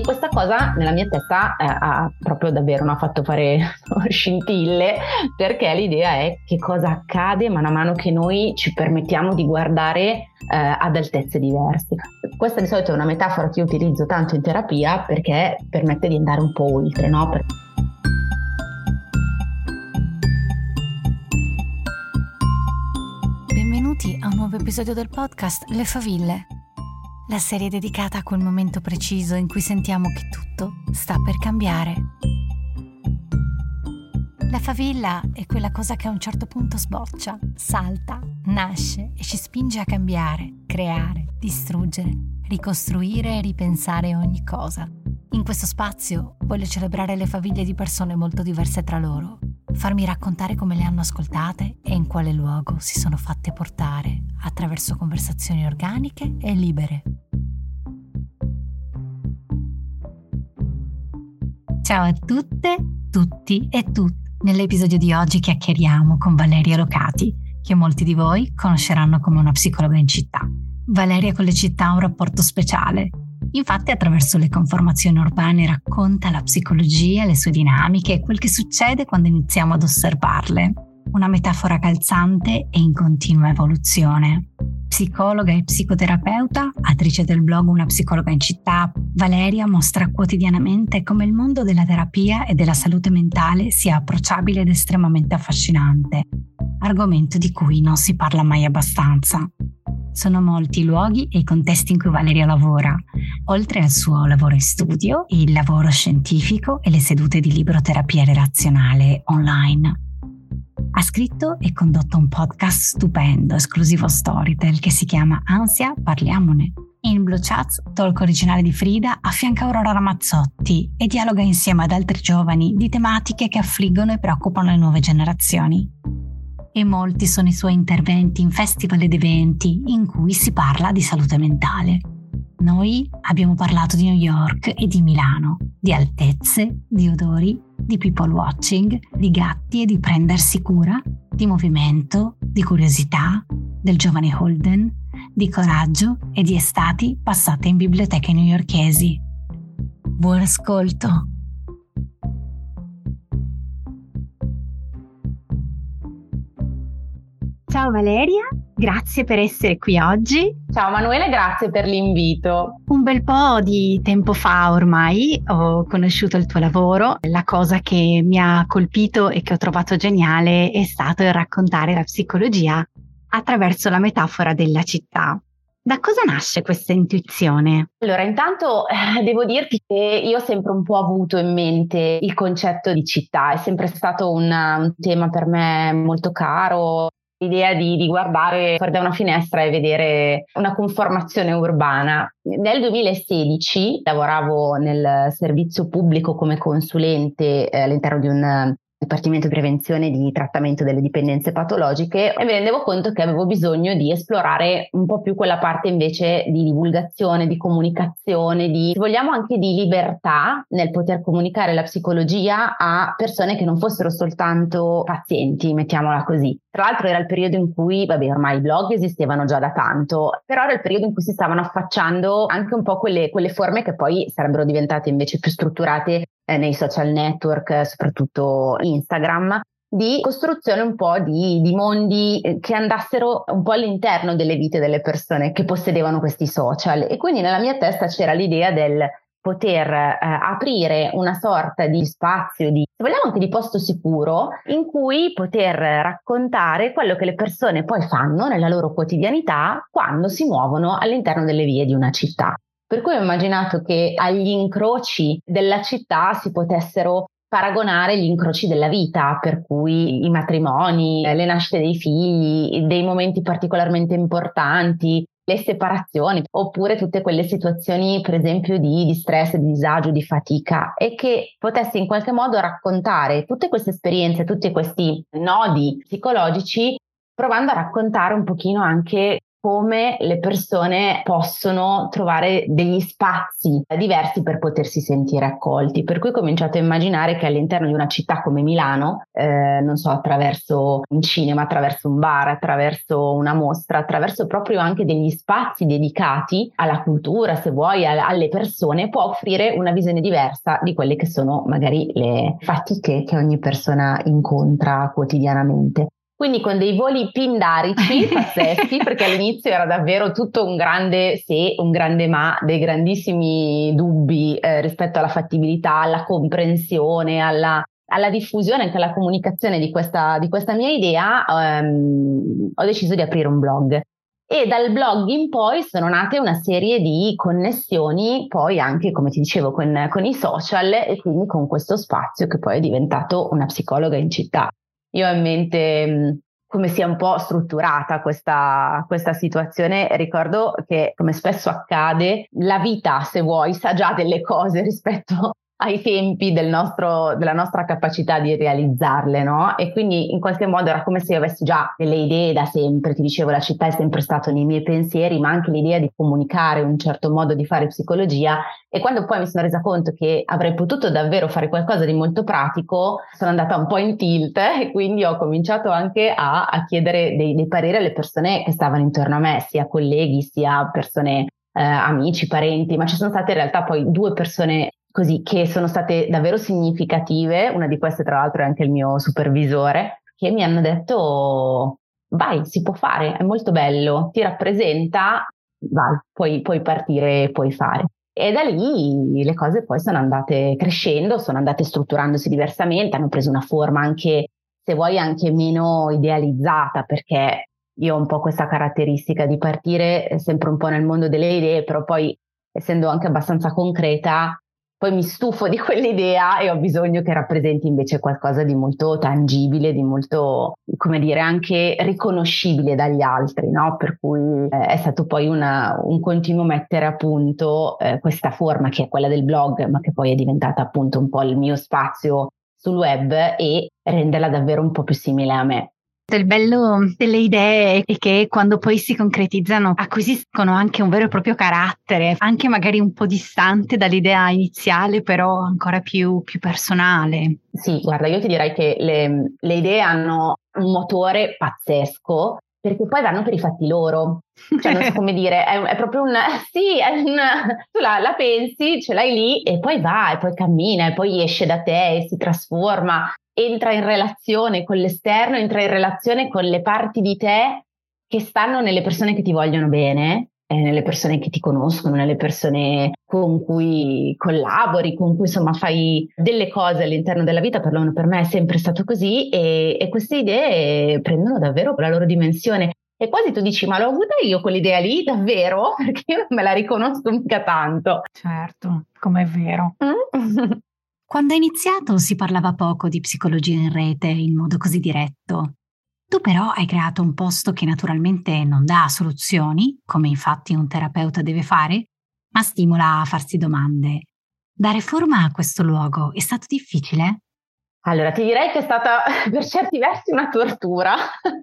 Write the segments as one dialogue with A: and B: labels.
A: E questa cosa nella mia testa ha proprio davvero mi ha fatto fare scintille, perché l'idea è che cosa accade man mano che noi ci permettiamo di guardare ad altezze diverse. Questa di solito è una metafora che io utilizzo tanto in terapia perché permette di andare un po' oltre, no?
B: Benvenuti a un nuovo episodio del podcast Le Faville, la serie dedicata a quel momento preciso in cui sentiamo che tutto sta per cambiare. La favilla è quella cosa che a un certo punto sboccia, salta, nasce e ci spinge a cambiare, creare, distruggere, ricostruire e ripensare ogni cosa. In questo spazio voglio celebrare le faville di persone molto diverse tra loro, farmi raccontare come le hanno ascoltate e in quale luogo si sono fatte portare attraverso conversazioni organiche e libere. Ciao a tutte, tutti e tutte. Nell'episodio di oggi chiacchieriamo con Valeria Locati, che molti di voi conosceranno come una psicologa in città. Valeria con le città ha un rapporto speciale. Infatti attraverso le conformazioni urbane racconta la psicologia, le sue dinamiche e quel che succede quando iniziamo ad osservarle. Una metafora calzante e in continua evoluzione. Psicologa e psicoterapeuta, attrice del blog Una psicologa in città, Valeria mostra quotidianamente come il mondo della terapia e della salute mentale sia approcciabile ed estremamente affascinante, argomento di cui non si parla mai abbastanza. Sono molti i luoghi e i contesti in cui Valeria lavora, oltre al suo lavoro in studio, il lavoro scientifico e le sedute di libroterapia relazionale online. Ha scritto e condotto un podcast stupendo, esclusivo Storytel, che si chiama Ansia, parliamone. In Blue Chats, talk originale di Frida, affianca Aurora Ramazzotti e dialoga insieme ad altri giovani di tematiche che affliggono e preoccupano le nuove generazioni. E molti sono i suoi interventi in festival ed eventi in cui si parla di salute mentale. Noi abbiamo parlato di New York e di Milano, di altezze, di odori, di people watching, di gatti e di prendersi cura, di movimento, di curiosità, del giovane Holden, di coraggio e di estati passate in biblioteche newyorkesi. Buon ascolto! Ciao Valeria, grazie per essere qui oggi.
A: Ciao Manuele, grazie per l'invito.
B: Un bel po' di tempo fa ormai ho conosciuto il tuo lavoro. La cosa che mi ha colpito e che ho trovato geniale è stato il raccontare la psicologia attraverso la metafora della città. Da cosa nasce questa intuizione?
A: Allora, intanto devo dirti che io ho sempre un po' avuto in mente il concetto di città, è sempre stato un tema per me molto caro. L'idea di guardare fuori da una finestra e vedere una conformazione urbana. Nel 2016 lavoravo nel servizio pubblico come consulente all'interno di un Dipartimento di Prevenzione e di Trattamento delle Dipendenze Patologiche e mi rendevo conto che avevo bisogno di esplorare un po' più quella parte invece di divulgazione, di comunicazione, se vogliamo anche di libertà nel poter comunicare la psicologia a persone che non fossero soltanto pazienti, mettiamola così. Tra l'altro era il periodo in cui, ormai i blog esistevano già da tanto, però era il periodo in cui si stavano affacciando anche un po' quelle forme che poi sarebbero diventate invece più strutturate nei social network, soprattutto Instagram, di costruzione un po' di mondi che andassero un po' all'interno delle vite delle persone che possedevano questi social. E quindi nella mia testa c'era l'idea del poter aprire una sorta di spazio, se vogliamo anche di posto sicuro, in cui poter raccontare quello che le persone poi fanno nella loro quotidianità quando si muovono all'interno delle vie di una città. Per cui ho immaginato che agli incroci della città si potessero paragonare gli incroci della vita, per cui i matrimoni, le nascite dei figli, dei momenti particolarmente importanti, le separazioni, oppure tutte quelle situazioni, per esempio, di stress, di disagio, di fatica, e che potesse in qualche modo raccontare tutte queste esperienze, tutti questi nodi psicologici, provando a raccontare un pochino anche come le persone possono trovare degli spazi diversi per potersi sentire accolti. Per cui ho cominciato a immaginare che all'interno di una città come Milano, non so, attraverso un cinema, attraverso un bar, attraverso una mostra, attraverso proprio anche degli spazi dedicati alla cultura, se vuoi, alle persone, può offrire una visione diversa di quelle che sono magari le fatiche che ogni persona incontra quotidianamente. Quindi con dei voli pindarici pazzeschi, perché all'inizio era davvero tutto un grande se, un grande ma, dei grandissimi dubbi rispetto alla fattibilità, alla comprensione, alla diffusione, anche alla comunicazione di questa mia idea, ho deciso di aprire un blog. E dal blog in poi sono nate una serie di connessioni, poi anche, come ti dicevo, con i social e quindi con questo spazio che poi è diventato una psicologa in città. Io ho in mente come sia un po' strutturata questa situazione. Ricordo che, come spesso accade, la vita, se vuoi, sa già delle cose rispetto ai tempi della nostra capacità di realizzarle, no? E quindi in qualche modo era come se io avessi già delle idee da sempre. Ti dicevo, la città è sempre stato nei miei pensieri, ma anche l'idea di comunicare un certo modo di fare psicologia. E quando poi mi sono resa conto che avrei potuto davvero fare qualcosa di molto pratico, sono andata un po' in tilt e quindi ho cominciato anche a chiedere dei pareri alle persone che stavano intorno a me, sia colleghi, sia persone, amici, parenti, ma ci sono state in realtà poi 2 persone così che sono state davvero significative. Una di queste tra l'altro è anche il mio supervisore, che mi hanno detto: vai, si può fare, è molto bello, ti rappresenta, vai, puoi partire, puoi fare. E da lì le cose poi sono andate crescendo, sono andate strutturandosi diversamente, hanno preso una forma anche, se vuoi, anche meno idealizzata, perché io ho un po' questa caratteristica di partire sempre un po' nel mondo delle idee, però poi, essendo anche abbastanza concreta, poi mi stufo di quell'idea e ho bisogno che rappresenti invece qualcosa di molto tangibile, di molto, come dire, anche riconoscibile dagli altri, no? Per cui è stato poi un continuo mettere a punto questa forma che è quella del blog, ma che poi è diventata appunto un po' il mio spazio sul web, e renderla davvero un po' più simile a me.
B: Il bello delle idee è che quando poi si concretizzano acquisiscono anche un vero e proprio carattere, anche magari un po' distante dall'idea iniziale, però ancora più personale.
A: Sì, guarda, io ti direi che le idee hanno un motore pazzesco, perché poi vanno per i fatti loro. Cioè, non so come dire, è proprio sì, tu la pensi, ce l'hai lì e poi va, e poi cammina, e poi esce da te e si trasforma, entra in relazione con l'esterno, entra in relazione con le parti di te che stanno nelle persone che ti vogliono bene, nelle persone che ti conoscono, nelle persone con cui collabori, con cui insomma fai delle cose all'interno della vita. Perlomeno per me è sempre stato così, e queste idee prendono davvero la loro dimensione. E quasi tu dici: ma l'ho avuta io quell'idea lì, davvero? Perché io non me la riconosco mica tanto.
B: Certo, com'è vero. Quando hai iniziato si parlava poco di psicologia in rete in modo così diretto. Tu però hai creato un posto che naturalmente non dà soluzioni, come infatti un terapeuta deve fare, ma stimola a farsi domande. Dare forma a questo luogo è stato difficile?
A: Allora, ti direi che è stata per certi versi una tortura.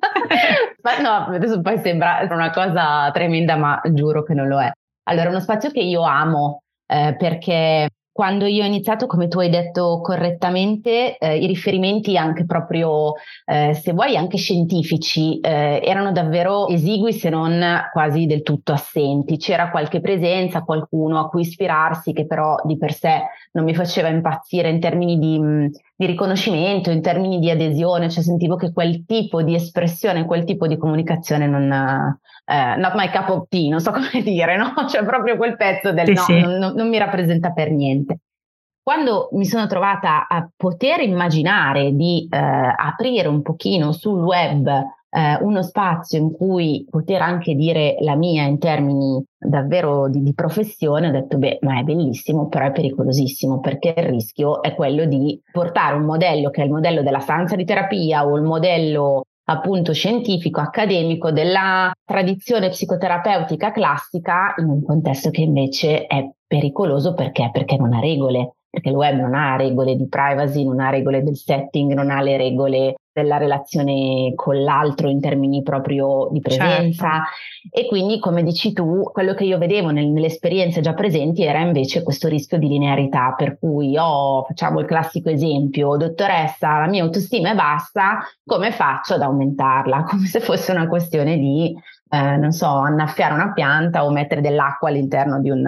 A: Ma no, adesso poi sembra una cosa tremenda, ma giuro che non lo è. Allora, è uno spazio che io amo, perché quando io ho iniziato, come tu hai detto correttamente, i riferimenti anche proprio, se vuoi, anche scientifici, erano davvero esigui, se non quasi del tutto assenti. C'era qualche presenza, qualcuno a cui ispirarsi, che però di per sé non mi faceva impazzire in termini di riconoscimento, in termini di adesione. Cioè sentivo che quel tipo di espressione, quel tipo di comunicazione not my cup of tea, non so come dire, no? Cioè proprio quel pezzo del
B: Sì,
A: no,
B: sì.
A: non mi rappresenta per niente. Quando mi sono trovata a poter immaginare di aprire un pochino sul web uno spazio in cui poter anche dire la mia in termini davvero di professione, ho detto: beh, ma è bellissimo, però è pericolosissimo, perché il rischio è quello di portare un modello che è il modello della stanza di terapia, o il modello appunto scientifico, accademico, della tradizione psicoterapeutica classica, in un contesto che invece è pericoloso perché non ha regole. perché il web non ha regole di privacy, non ha regole del setting, non ha le regole della relazione con l'altro in termini proprio di presenza. Certo. E quindi, come dici tu, quello che io vedevo nelle esperienze già presenti era invece questo rischio di linearità, per cui facciamo il classico esempio: dottoressa, la mia autostima è bassa, come faccio ad aumentarla? Come se fosse una questione di non so, annaffiare una pianta o mettere dell'acqua all'interno di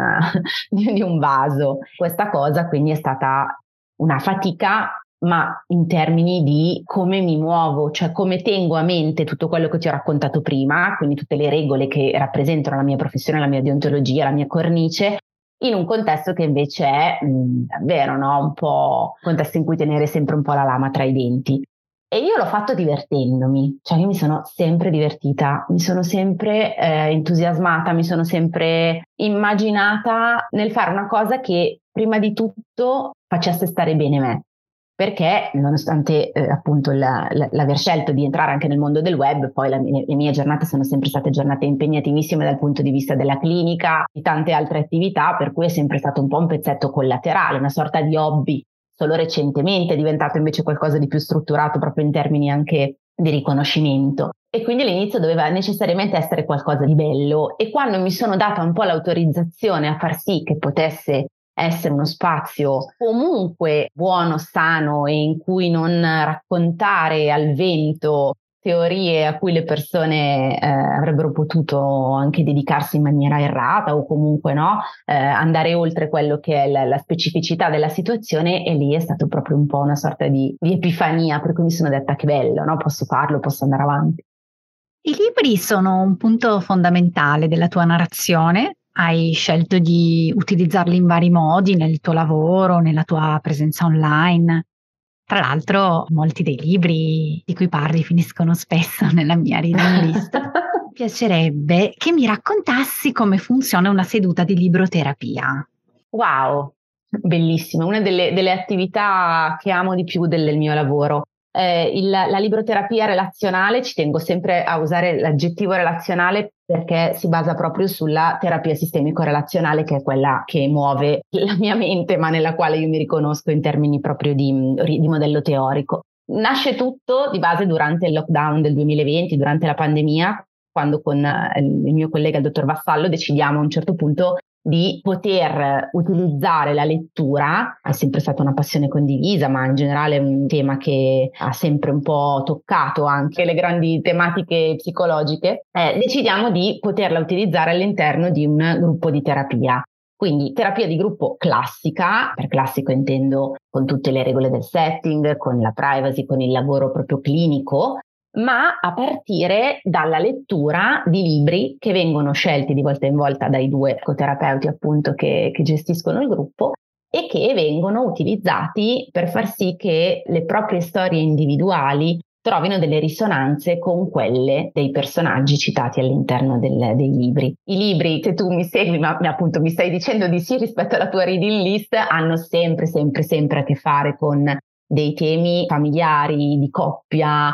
A: un vaso. Questa cosa quindi è stata una fatica, ma in termini di come mi muovo, cioè come tengo a mente tutto quello che ti ho raccontato prima, quindi tutte le regole che rappresentano la mia professione, la mia deontologia, la mia cornice, in un contesto che invece è davvero, no? Un po' un contesto in cui tenere sempre un po' la lama tra i denti. E io l'ho fatto divertendomi, cioè io mi sono sempre divertita, mi sono sempre entusiasmata, mi sono sempre immaginata nel fare una cosa che prima di tutto facesse stare bene me, perché nonostante appunto l'aver scelto di entrare anche nel mondo del web, poi le mie giornate sono sempre state giornate impegnativissime dal punto di vista della clinica, di tante altre attività, per cui è sempre stato un po' un pezzetto collaterale, una sorta di hobby. Solo recentemente è diventato invece qualcosa di più strutturato proprio in termini anche di riconoscimento. E quindi all'inizio doveva necessariamente essere qualcosa di bello, e quando mi sono data un po' l'autorizzazione a far sì che potesse essere uno spazio comunque buono, sano e in cui non raccontare al vento teorie a cui le persone avrebbero potuto anche dedicarsi in maniera errata o comunque no, andare oltre quello che è la specificità della situazione, e lì è stato proprio un po' una sorta di epifania, per cui mi sono detta: che bello, no? Posso farlo, posso andare avanti.
B: I libri sono un punto fondamentale della tua narrazione. Hai scelto di utilizzarli in vari modi nel tuo lavoro, nella tua presenza online. Tra l'altro, molti dei libri di cui parli finiscono spesso nella mia reading list. Mi piacerebbe che mi raccontassi come funziona una seduta di libroterapia.
A: Wow, bellissimo, una delle attività che amo di più del mio lavoro. La libroterapia relazionale, ci tengo sempre a usare l'aggettivo relazionale perché si basa proprio sulla terapia sistemico-relazionale, che è quella che muove la mia mente, ma nella quale io mi riconosco in termini proprio di modello teorico. Nasce tutto di base durante il lockdown del 2020, durante la pandemia, quando con il mio collega, il dottor Vassallo, decidiamo a un certo punto di poter utilizzare la lettura. È sempre stata una passione condivisa, ma in generale è un tema che ha sempre un po' toccato anche le grandi tematiche psicologiche. Decidiamo di poterla utilizzare all'interno di un gruppo di terapia. Quindi terapia di gruppo classica, per classico intendo con tutte le regole del setting, con la privacy, con il lavoro proprio clinico, ma a partire dalla lettura di libri che vengono scelti di volta in volta dai due psicoterapeuti appunto che gestiscono il gruppo, e che vengono utilizzati per far sì che le proprie storie individuali trovino delle risonanze con quelle dei personaggi citati all'interno dei libri. I libri, se tu mi segui, ma appunto mi stai dicendo di sì rispetto alla tua reading list, hanno sempre a che fare con dei temi familiari, di coppia,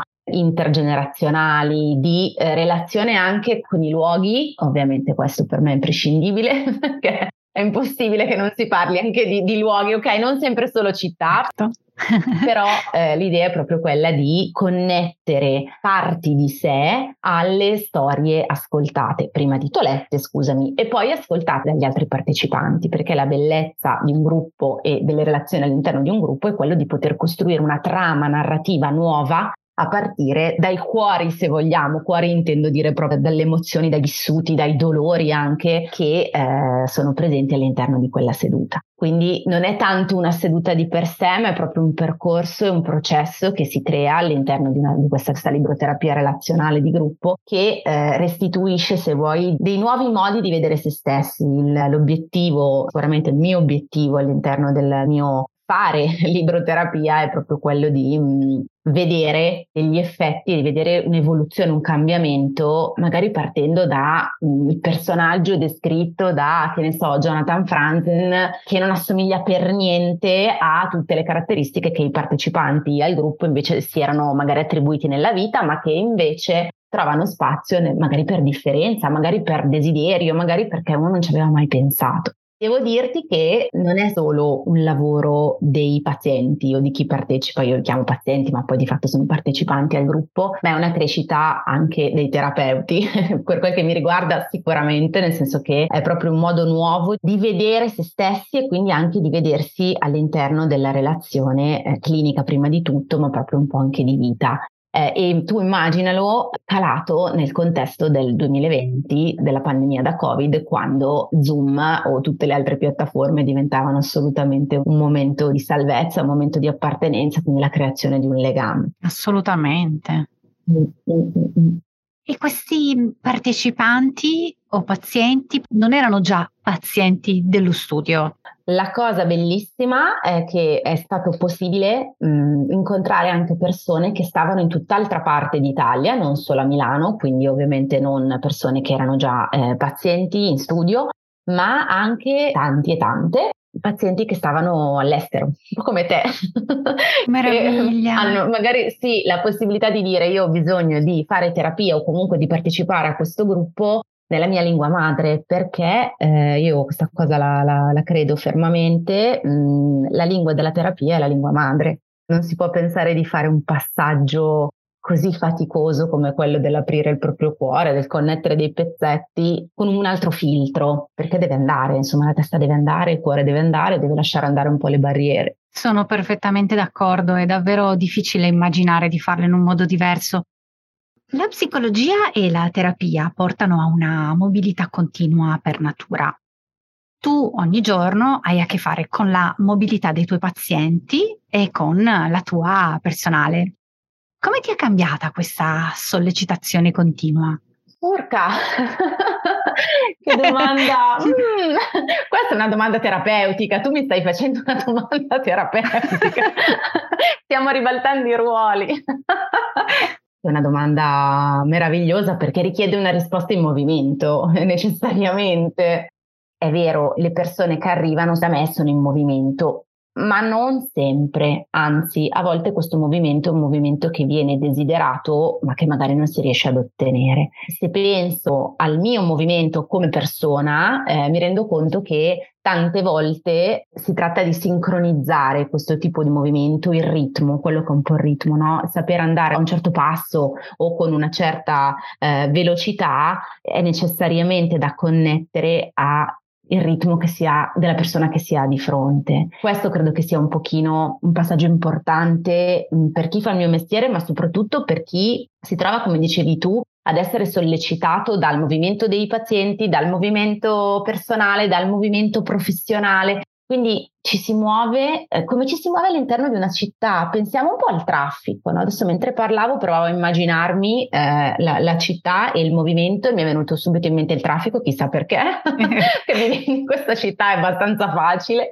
A: intergenerazionali, di relazione anche con i luoghi. Ovviamente questo per me è imprescindibile perché è impossibile che non si parli anche di luoghi, ok? Non sempre solo città, però l'idea è proprio quella di connettere parti di sé alle storie ascoltate, prima di tutto lette, scusami, e poi ascoltate dagli altri partecipanti, perché la bellezza di un gruppo e delle relazioni all'interno di un gruppo è quello di poter costruire una trama narrativa nuova a partire dai cuori, se vogliamo. Cuori intendo dire proprio dalle emozioni, dai vissuti, dai dolori anche che sono presenti all'interno di quella seduta. Quindi non è tanto una seduta di per sé, ma è proprio un percorso e un processo che si crea all'interno di questa libroterapia relazionale di gruppo, che restituisce, se vuoi, dei nuovi modi di vedere se stessi. L'obiettivo, sicuramente il mio obiettivo all'interno del mio fare libroterapia è proprio quello di vedere degli effetti, di vedere un'evoluzione, un cambiamento, magari partendo da il personaggio descritto da, che ne so, Jonathan Franzen, che non assomiglia per niente a tutte le caratteristiche che i partecipanti al gruppo invece si erano magari attribuiti nella vita, ma che invece trovano spazio magari per differenza, magari per desiderio, magari perché uno non ci aveva mai pensato. Devo dirti che non è solo un lavoro dei pazienti o di chi partecipa, io li chiamo pazienti, ma poi di fatto sono partecipanti al gruppo, ma è una crescita anche dei terapeuti, per quel che mi riguarda sicuramente, nel senso che è proprio un modo nuovo di vedere se stessi e quindi anche di vedersi all'interno della relazione clinica prima di tutto, ma proprio un po' anche di vita. E tu immaginalo calato nel contesto del 2020, della pandemia da Covid, quando Zoom o tutte le altre piattaforme diventavano assolutamente un momento di salvezza, un momento di appartenenza, quindi la creazione di un legame.
B: Assolutamente. E questi partecipanti o pazienti non erano già pazienti dello studio?
A: La cosa bellissima è che è stato possibile incontrare anche persone che stavano in tutt'altra parte d'Italia, non solo a Milano, quindi ovviamente non persone che erano già pazienti in studio, ma anche tanti e tante pazienti che stavano all'estero, un po' come te.
B: Meraviglia!
A: Che hanno magari sì la possibilità di dire io ho bisogno di fare terapia o comunque di partecipare a questo gruppo nella mia lingua madre, perché io questa cosa la credo fermamente, la lingua della terapia è la lingua madre. Non si può pensare di fare un passaggio così faticoso come quello dell'aprire il proprio cuore, del connettere dei pezzetti con un altro filtro, perché deve andare, insomma la testa deve andare, il cuore deve andare, deve lasciare andare un po' le barriere.
B: Sono perfettamente d'accordo, è davvero difficile immaginare di farlo in un modo diverso. La psicologia e la terapia portano a una mobilità continua per natura. Tu ogni giorno hai a che fare con la mobilità dei tuoi pazienti e con la tua personale. Come ti è cambiata questa sollecitazione continua?
A: Urca, che domanda! Questa è una domanda terapeutica, tu mi stai facendo una domanda terapeutica. Stiamo ribaltando i ruoli. È una domanda meravigliosa perché richiede una risposta in movimento, necessariamente. È vero, le persone che arrivano da me sono in movimento, ma non sempre, anzi, a volte questo movimento è un movimento che viene desiderato, ma che magari non si riesce ad ottenere. Se penso al mio movimento come persona, mi rendo conto che tante volte si tratta di sincronizzare questo tipo di movimento, il ritmo, quello che è un po' il ritmo, no? Saper andare a un certo passo o con una certa velocità è necessariamente da connettere a il ritmo che si ha della persona che si ha di fronte. Questo credo che sia un pochino un passaggio importante per chi fa il mio mestiere, ma soprattutto per chi si trova, come dicevi tu, ad essere sollecitato dal movimento dei pazienti, dal movimento personale, dal movimento professionale. Quindi ci si muove come ci si muove all'interno di una città. Pensiamo un po' al traffico, no? Adesso mentre parlavo provavo a immaginarmi la città e il movimento e mi è venuto subito in mente il traffico, chissà perché, che vivendo in questa città è abbastanza facile,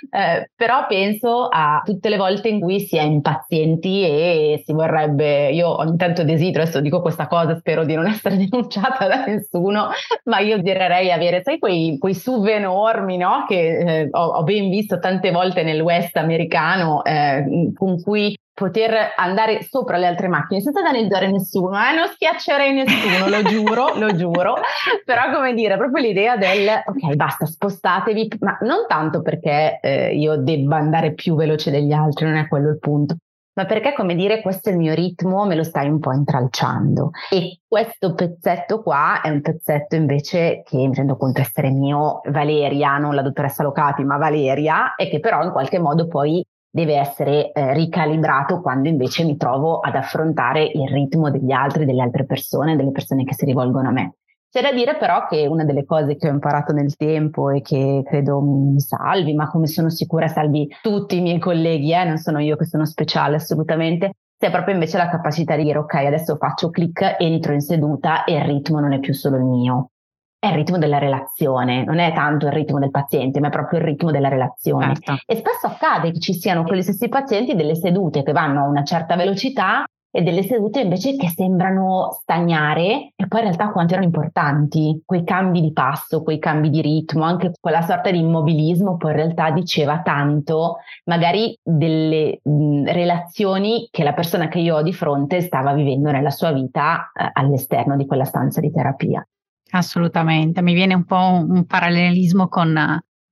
A: però penso a tutte le volte in cui si è impazienti e si vorrebbe, io ogni tanto desidero, adesso dico questa cosa, spero di non essere denunciata da nessuno, ma io direi avere, sai, quei SUV enormi, no? Che ho ben visto tante volte nel West americano, con cui poter andare sopra le altre macchine senza danneggiare nessuno, non schiaccerei nessuno, lo giuro, però come dire, proprio l'idea del ok, basta, spostatevi, ma non tanto perché io debba andare più veloce degli altri, non è quello il punto, ma perché, come dire, questo è il mio ritmo, me lo stai un po' intralciando. E questo pezzetto qua è un pezzetto invece che mi rendo conto essere mio, Valeria, non la dottoressa Locati, ma Valeria, e che però in qualche modo poi deve essere ricalibrato quando invece mi trovo ad affrontare il ritmo degli altri, delle altre persone, delle persone che si rivolgono a me. C'è da dire però che una delle cose che ho imparato nel tempo e che credo mi salvi, ma come sono sicura salvi tutti i miei colleghi, non sono io che sono speciale assolutamente, è proprio invece la capacità di dire ok, adesso faccio clic, entro in seduta e il ritmo non è più solo il mio, è il ritmo della relazione, non è tanto il ritmo del paziente, ma è proprio il ritmo della relazione.
B: Certo.
A: E spesso accade che ci siano con gli stessi pazienti delle sedute che vanno a una certa velocità e delle sedute invece che sembrano stagnare, e poi in realtà quanto erano importanti quei cambi di passo, quei cambi di ritmo, anche quella sorta di immobilismo poi in realtà diceva tanto magari delle relazioni che la persona che io ho di fronte stava vivendo nella sua vita all'esterno di quella stanza di terapia.
B: Assolutamente, mi viene un po' un parallelismo con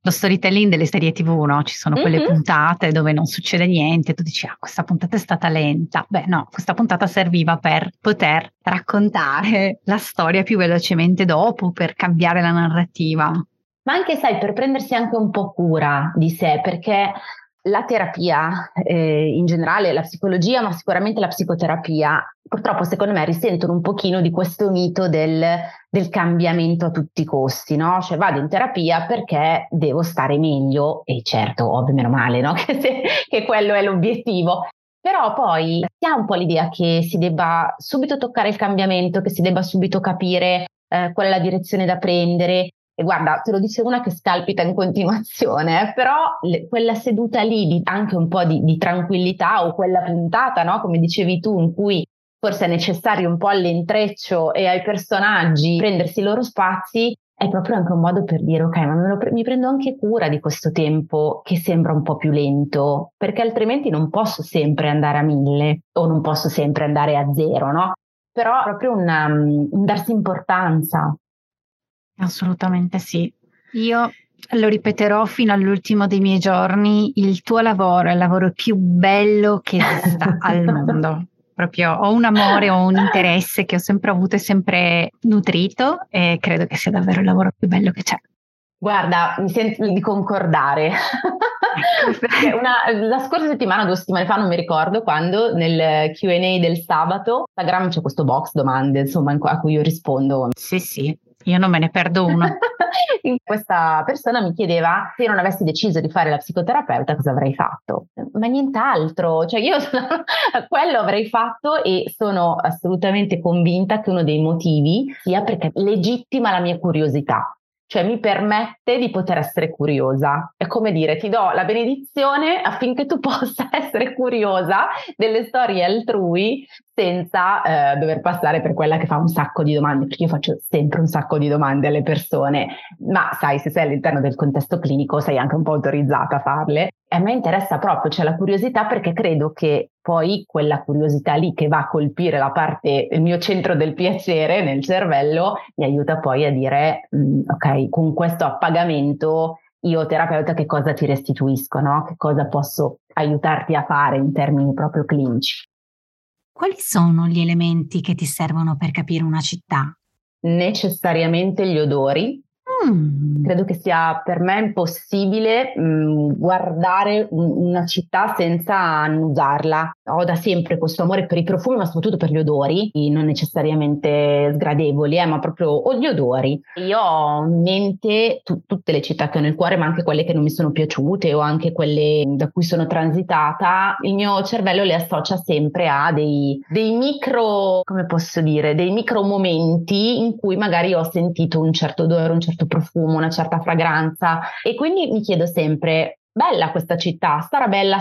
B: lo storytelling delle serie TV, no? Ci sono quelle puntate dove non succede niente, tu dici, questa puntata è stata lenta. Beh, no, questa puntata serviva per poter raccontare la storia più velocemente dopo, per cambiare la narrativa.
A: Ma anche, sai, per prendersi anche un po' cura di sé, perché la terapia, in generale, la psicologia, ma sicuramente la psicoterapia, purtroppo secondo me risentono un pochino di questo mito del cambiamento a tutti i costi, no? Cioè vado in terapia perché devo stare meglio, e certo, ovvio, meno male, no? Che quello è l'obiettivo. Però poi si ha un po' l'idea che si debba subito toccare il cambiamento, che si debba subito capire qual è la direzione da prendere. E guarda, te lo dice una che scalpita in continuazione, però quella seduta lì, anche un po' di tranquillità, o quella puntata, no? Come dicevi tu, in cui forse è necessario un po' all'intreccio e ai personaggi prendersi i loro spazi, è proprio anche un modo per dire, ok, ma mi prendo anche cura di questo tempo che sembra un po' più lento, perché altrimenti non posso sempre andare a 1000 o non posso sempre andare a 0, no? Però proprio un darsi importanza.
B: Assolutamente sì. Io lo ripeterò fino all'ultimo dei miei giorni, il tuo lavoro è il lavoro più bello che esista al mondo. Proprio ho un amore, ho un interesse che ho sempre avuto e sempre nutrito, e credo che sia davvero il lavoro più bello che c'è.
A: Guarda, mi sento di concordare. Perché la scorsa settimana, 2 settimane fa, non mi ricordo quando, nel Q&A del sabato, Instagram c'è questo box domande, insomma, a cui io rispondo.
B: Sì, io non me ne perdo uno.
A: Questa persona mi chiedeva se non avessi deciso di fare la psicoterapeuta cosa avrei fatto, ma nient'altro, cioè io quello avrei fatto, e sono assolutamente convinta che uno dei motivi sia perché legittima la mia curiosità. Cioè mi permette di poter essere curiosa. È come dire, ti do la benedizione affinché tu possa essere curiosa delle storie altrui senza dover passare per quella che fa un sacco di domande, perché io faccio sempre un sacco di domande alle persone, ma sai, se sei all'interno del contesto clinico sei anche un po' autorizzata a farle. A me interessa proprio, cioè la curiosità, perché credo che poi quella curiosità lì che va a colpire la parte, il mio centro del piacere nel cervello, mi aiuta poi a dire, ok, con questo appagamento io terapeuta che cosa ti restituisco, no? Che cosa posso aiutarti a fare in termini proprio clinici.
B: Quali sono gli elementi che ti servono per capire una città?
A: Necessariamente gli odori. Credo che sia per me impossibile guardare una città senza annusarla. Ho da sempre questo amore per i profumi, ma soprattutto per gli odori, non necessariamente sgradevoli, ma proprio gli odori. Io ho in mente tutte le città che ho nel cuore, ma anche quelle che non mi sono piaciute o anche quelle da cui sono transitata. Il mio cervello le associa sempre a dei micro, come posso dire, dei micro momenti in cui magari ho sentito un certo odore, un certo profumo, una certa fragranza, e quindi mi chiedo sempre: bella questa città, sarà bella,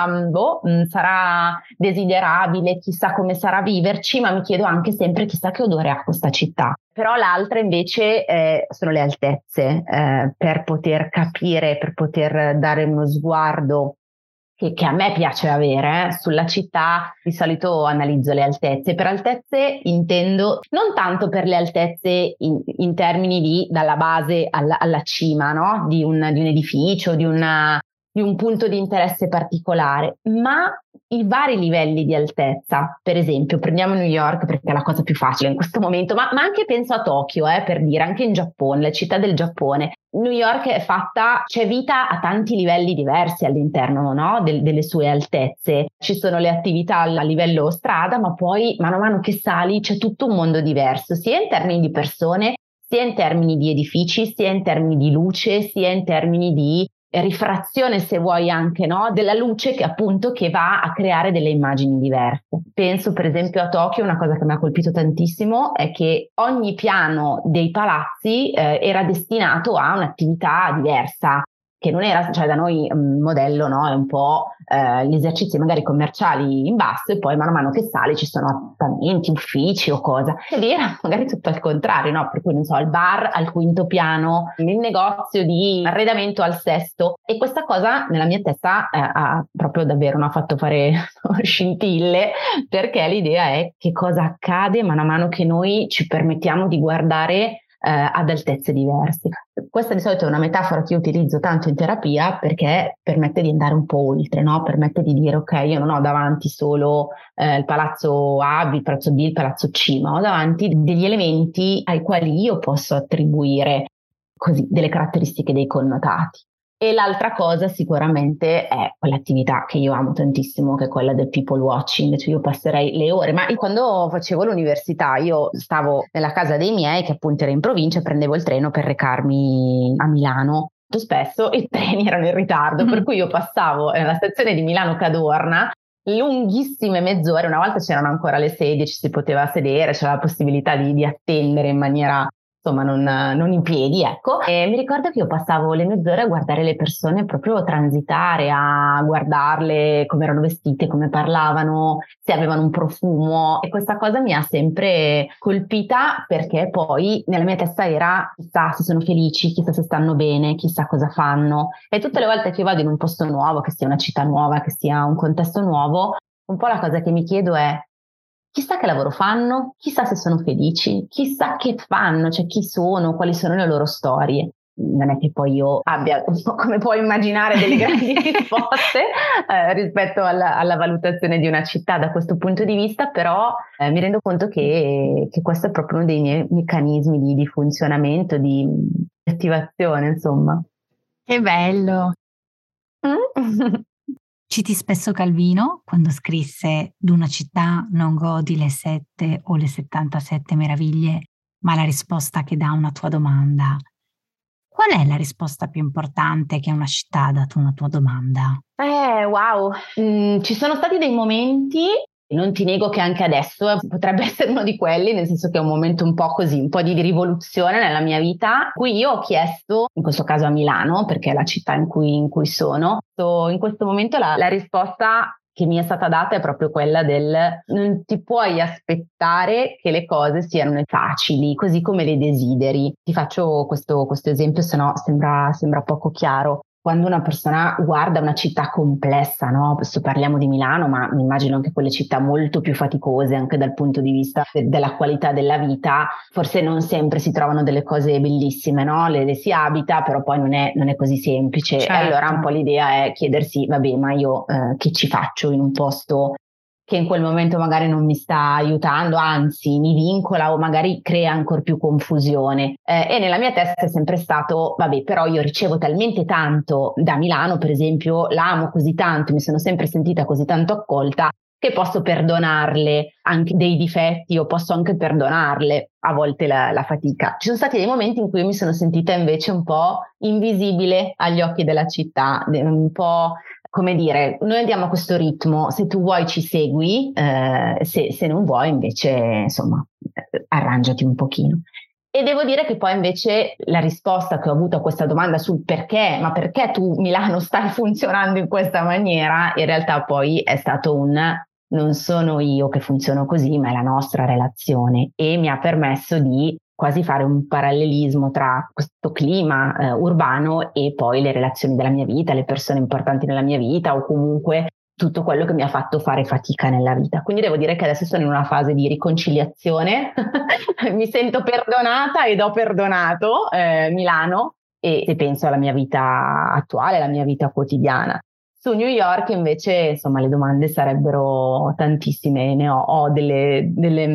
A: sarà desiderabile, chissà come sarà viverci, ma mi chiedo anche sempre chissà che odore ha questa città. Però l'altra invece sono le altezze, per poter capire, per poter dare uno sguardo che a me piace avere sulla città. Di solito analizzo le altezze. Per altezze intendo non tanto per le altezze in termini di dalla base alla cima, no? Di un edificio, di un punto di interesse particolare, ma i vari livelli di altezza. Per esempio, prendiamo New York perché è la cosa più facile in questo momento, ma anche penso a Tokyo, per dire, anche in Giappone, la città del Giappone. New York è fatta, c'è vita a tanti livelli diversi all'interno, no? Delle sue altezze. Ci sono le attività a livello strada, ma poi mano a mano che sali c'è tutto un mondo diverso, sia in termini di persone, sia in termini di edifici, sia in termini di luce, sia in termini di rifrazione, se vuoi, anche, no? Della luce che va a creare delle immagini diverse. Penso per esempio a Tokyo. Una cosa che mi ha colpito tantissimo è che ogni piano dei palazzi era destinato a un'attività diversa, che non era, cioè da noi un modello, no? È un po' gli esercizi magari commerciali in basso, e poi mano a mano che sale ci sono appartamenti, uffici o cosa. E lì era magari tutto al contrario, no? Per cui non so, il bar al 5° piano, il negozio di arredamento al 6°. E questa cosa nella mia testa ha proprio davvero, ha fatto fare scintille, perché l'idea è che cosa accade mano a mano che noi ci permettiamo di guardare ad altezze diverse. Questa di solito è una metafora che io utilizzo tanto in terapia perché permette di andare un po' oltre, no? Permette di dire ok, io non ho davanti solo il palazzo A, il palazzo B, il palazzo C, ma ho davanti degli elementi ai quali io posso attribuire così delle caratteristiche, dei connotati. E l'altra cosa sicuramente è quell'attività che io amo tantissimo, che è quella del people watching, cioè io passerei le ore, ma quando facevo l'università io stavo nella casa dei miei, che appunto era in provincia, e prendevo il treno per recarmi a Milano. Molto spesso i treni erano in ritardo, per cui io passavo nella stazione di Milano Cadorna lunghissime mezz'ore, una volta c'erano ancora le sedie, ci si poteva sedere, c'era la possibilità di attendere in maniera insomma non in piedi, ecco. E mi ricordo che io passavo le mezz'ore a guardare le persone proprio transitare, a guardarle come erano vestite, come parlavano, se avevano un profumo, e questa cosa mi ha sempre colpita perché poi nella mia testa era chissà se sono felici, chissà se stanno bene, chissà cosa fanno. E tutte le volte che vado in un posto nuovo, che sia una città nuova, che sia un contesto nuovo, un po' la cosa che mi chiedo è chissà che lavoro fanno, chissà se sono felici, chissà che fanno, cioè chi sono, quali sono le loro storie. Non è che poi io abbia, come puoi immaginare, delle grandi risposte rispetto alla valutazione di una città da questo punto di vista, però mi rendo conto che questo è proprio uno dei miei meccanismi di funzionamento, di attivazione, insomma.
B: Che bello! Citi spesso Calvino quando scrisse «D'una città non godi le 7 o le 77 meraviglie, ma la risposta che dà una tua domanda». Qual è la risposta più importante che una città ha dato a una tua domanda?
A: Wow, ci sono stati dei momenti, non ti nego che anche adesso potrebbe essere uno di quelli, nel senso che è un momento un po' così, un po' di rivoluzione nella mia vita, in cui io ho chiesto, in questo caso a Milano, perché è la città in cui sono, in questo momento la risposta che mi è stata data è proprio quella del non ti puoi aspettare che le cose siano facili, così come le desideri. Ti faccio questo esempio, se no sembra poco chiaro. Quando una persona guarda una città complessa, no? Adesso parliamo di Milano, ma mi immagino anche quelle città molto più faticose anche dal punto di vista della qualità della vita, forse non sempre si trovano delle cose bellissime, no? Le si abita, però poi non è così semplice.
B: Certo.
A: E allora un po' l'idea è chiedersi, vabbè, ma io che ci faccio in un posto che in quel momento magari non mi sta aiutando, anzi mi vincola o magari crea ancora più confusione. E nella mia testa è sempre stato, vabbè, però io ricevo talmente tanto da Milano, per esempio, l'amo così tanto, mi sono sempre sentita così tanto accolta, che posso perdonarle anche dei difetti o posso anche perdonarle a volte la fatica. Ci sono stati dei momenti in cui mi sono sentita invece un po' invisibile agli occhi della città, un po', come dire, noi andiamo a questo ritmo, se tu vuoi ci segui, se non vuoi invece, insomma, arrangiati un pochino. E devo dire che poi invece la risposta che ho avuto a questa domanda sul perché, ma perché tu Milano stai funzionando in questa maniera, in realtà poi è stato non sono io che funziono così, ma è la nostra relazione, e mi ha permesso di quasi fare un parallelismo tra questo clima urbano e poi le relazioni della mia vita, le persone importanti nella mia vita o comunque tutto quello che mi ha fatto fare fatica nella vita. Quindi devo dire che adesso sono in una fase di riconciliazione, mi sento perdonata ed ho perdonato Milano e penso alla mia vita attuale, alla mia vita quotidiana. Su New York invece, insomma, le domande sarebbero tantissime, ne ho delle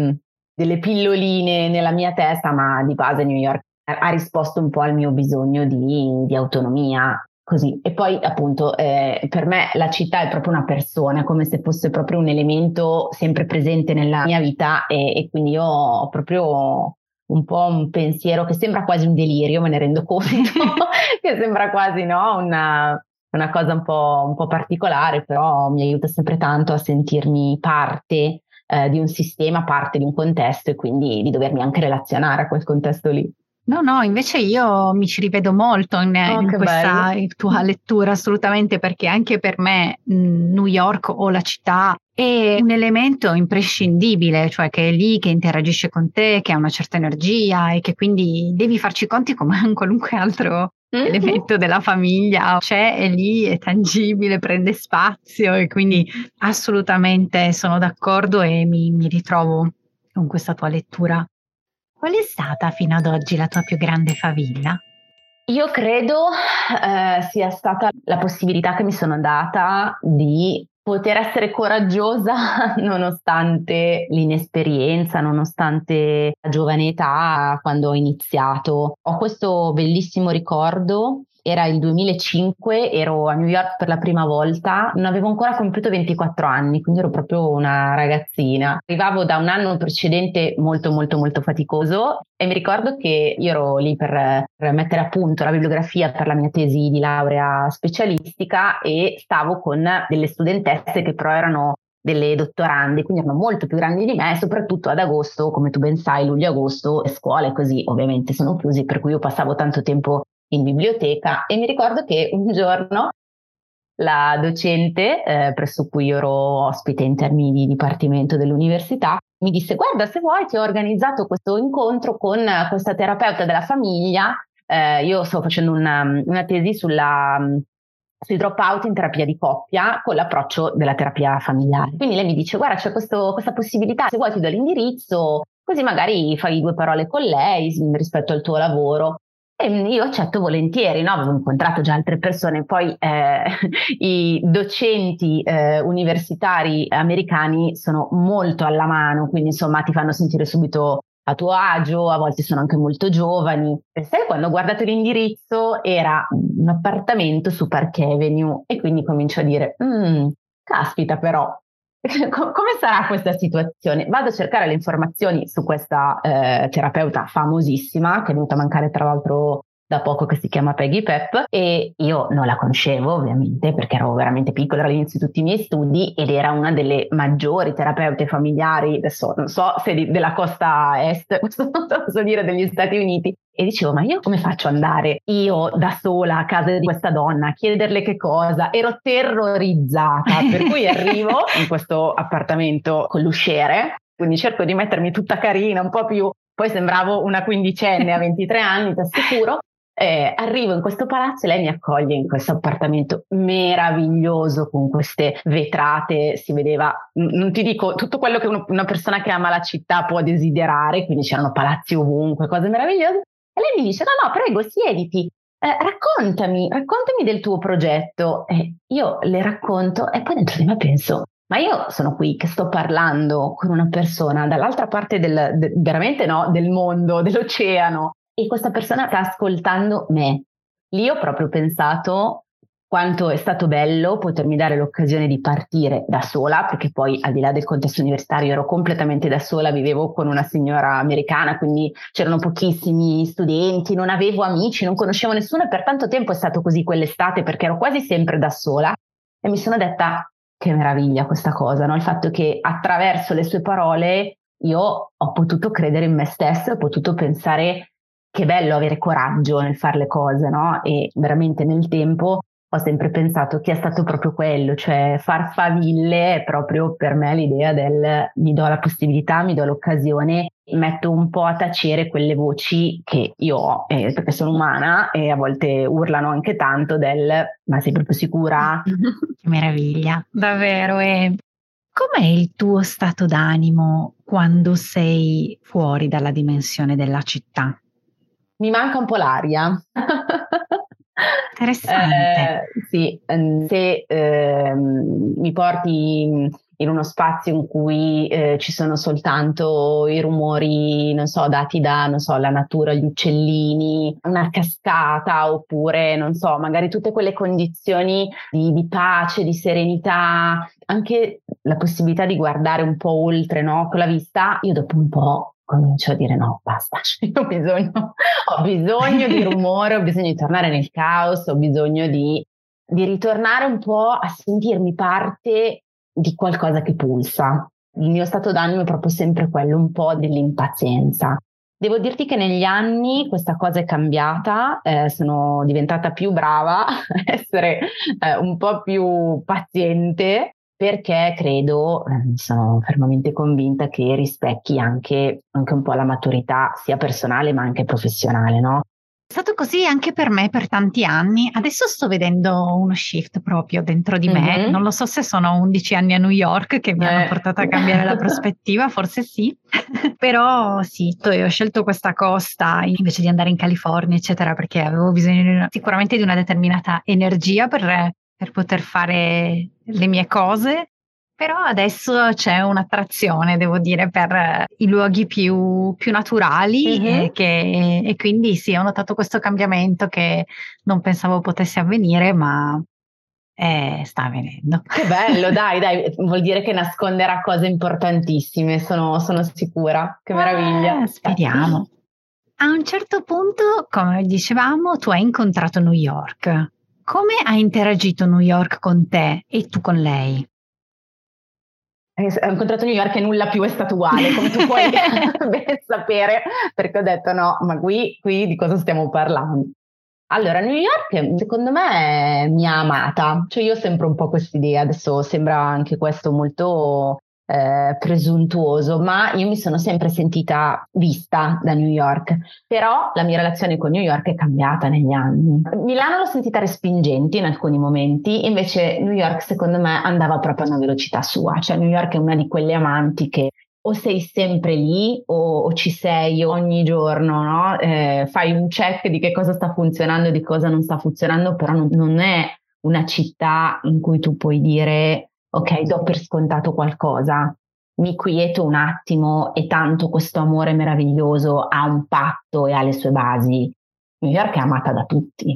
A: pilloline nella mia testa, ma di base New York ha risposto un po' al mio bisogno di autonomia, così. E poi appunto per me la città è proprio una persona, come se fosse proprio un elemento sempre presente nella mia vita e quindi io ho proprio un po' un pensiero che sembra quasi un delirio, me ne rendo conto, che sembra quasi, no, una cosa un po' particolare, però mi aiuta sempre tanto a sentirmi parte di un sistema, parte di un contesto e quindi di dovermi anche relazionare a quel contesto lì.
B: No, invece io mi ci rivedo molto in questa tua lettura, assolutamente, perché anche per me New York o la città è un elemento imprescindibile, cioè che è lì, che interagisce con te, che ha una certa energia e che quindi devi farci conti come un qualunque altro elemento della famiglia, c'è, è lì, è tangibile, prende spazio e quindi assolutamente sono d'accordo e mi ritrovo con questa tua lettura. Qual è stata fino ad oggi la tua più grande favilla?
A: Io credo sia stata la possibilità che mi sono data di poter essere coraggiosa nonostante l'inesperienza, nonostante la giovane età quando ho iniziato. Ho questo bellissimo ricordo. Era il 2005, ero a New York per la prima volta, non avevo ancora compiuto 24 anni, quindi ero proprio una ragazzina. Arrivavo da un anno precedente molto molto molto faticoso e mi ricordo che io ero lì per mettere a punto la bibliografia per la mia tesi di laurea specialistica e stavo con delle studentesse che però erano delle dottorande, quindi erano molto più grandi di me e soprattutto ad agosto, come tu ben sai, luglio-agosto, le scuole così ovviamente sono chiuse, per cui io passavo tanto tempo in biblioteca e mi ricordo che un giorno la docente presso cui ero ospite in termini di dipartimento dell'università mi disse: guarda, se vuoi ti ho organizzato questo incontro con questa terapeuta della famiglia, io sto facendo una tesi sui drop out in terapia di coppia con l'approccio della terapia familiare. Quindi lei mi dice: guarda, c'è questa possibilità, se vuoi ti do l'indirizzo, così magari fai due parole con lei rispetto al tuo lavoro. E io accetto volentieri, no? Avevo incontrato già altre persone, poi i docenti universitari americani sono molto alla mano, quindi insomma ti fanno sentire subito a tuo agio, a volte sono anche molto giovani. E sai, quando ho guardato l'indirizzo era un appartamento su Park Avenue e quindi comincio a dire, caspita però, come sarà questa situazione? Vado a cercare le informazioni su questa terapeuta famosissima, che è venuta a mancare tra l'altro da poco, che si chiama Peggy Pep, e io non la conoscevo ovviamente perché ero veramente piccola, era all'inizio di tutti i miei studi ed era una delle maggiori terapeute familiari, adesso non so se della costa est, questo non so cosa dire, degli Stati Uniti. E dicevo, ma io come faccio ad andare io da sola a casa di questa donna a chiederle che cosa? Ero terrorizzata, per cui arrivo in questo appartamento con l'usciere, quindi cerco di mettermi tutta carina, un po' più, poi sembravo una quindicenne a 23 anni, ti assicuro. Arrivo in questo palazzo e lei mi accoglie in questo appartamento meraviglioso con queste vetrate, si vedeva, non ti dico tutto quello che una persona che ama la città può desiderare, quindi c'erano palazzi ovunque, cose meravigliose. E lei mi dice: no, prego, siediti, raccontami del tuo progetto. E io le racconto e poi dentro di me penso: ma io sono qui che sto parlando con una persona dall'altra parte veramente no, del mondo, dell'oceano, e questa persona sta ascoltando me. Lì ho proprio pensato quanto è stato bello potermi dare l'occasione di partire da sola, perché poi al di là del contesto universitario ero completamente da sola, vivevo con una signora americana, quindi c'erano pochissimi studenti, non avevo amici, non conoscevo nessuno e per tanto tempo è stato così quell'estate perché ero quasi sempre da sola e mi sono detta: che meraviglia questa cosa, no? Il fatto che attraverso le sue parole io ho potuto credere in me stessa, ho potuto pensare che bello avere coraggio nel fare le cose, no? E veramente nel tempo ho sempre pensato che è stato proprio quello, cioè far faville è proprio per me l'idea del mi do la possibilità, mi do l'occasione, metto un po' a tacere quelle voci che io ho, perché sono umana e a volte urlano anche tanto del ma sei proprio sicura?
B: Che meraviglia, davvero. E com'è il tuo stato d'animo quando sei fuori dalla dimensione della città?
A: Mi manca un po' l'aria.
B: Interessante.
A: Sì, se mi porti in uno spazio in cui ci sono soltanto i rumori, non so, dati da, non so, la natura, gli uccellini, una cascata, oppure, non so, magari tutte quelle condizioni di pace, di serenità, anche la possibilità di guardare un po' oltre, no? Con la vista, io dopo un po' comincio a dire no, basta, ho bisogno di rumore, ho bisogno di tornare nel caos, ho bisogno di ritornare un po' a sentirmi parte di qualcosa che pulsa. Il mio stato d'animo è proprio sempre quello, un po' dell'impazienza. Devo dirti che negli anni questa cosa è cambiata, sono diventata più brava a essere un po' più paziente, perché credo, sono fermamente convinta che rispecchi anche un po' la maturità sia personale ma anche professionale, no?
B: È stato così anche per me per tanti anni. Adesso sto vedendo uno shift proprio dentro di me. Non lo so se sono 11 anni a New York che mi hanno portato a cambiare la prospettiva, forse sì. Però sì, ho scelto questa costa invece di andare in California, eccetera, perché avevo bisogno sicuramente di una determinata energia per poter fare le mie cose. Però adesso c'è un'attrazione, devo dire, per i luoghi più naturali e quindi sì, ho notato questo cambiamento che non pensavo potesse avvenire, ma sta avvenendo.
A: Che bello, dai, vuol dire che nasconderà cose importantissime, sono sicura. Che meraviglia.
B: Speriamo. A un certo punto, come dicevamo, tu hai incontrato New York. Come ha interagito New York con te e tu con lei?
A: Ho incontrato New York e nulla più è stato uguale, come tu puoi ben sapere, perché ho detto no, ma qui di cosa stiamo parlando? Allora, New York secondo me mi ha amata, cioè io ho sempre un po' quest'idea, adesso sembra anche questo molto presuntuoso, ma io mi sono sempre sentita vista da New York, però la mia relazione con New York è cambiata negli anni. Milano l'ho sentita respingente in alcuni momenti, invece New York secondo me andava proprio a una velocità sua, cioè New York è una di quelle amanti che o sei sempre lì o ci sei ogni giorno, no? Fai un check di che cosa sta funzionando e di cosa non sta funzionando, però non è una città in cui tu puoi dire ok, do per scontato qualcosa, mi quieto un attimo e tanto questo amore meraviglioso ha un patto e ha le sue basi. New York è amata da tutti.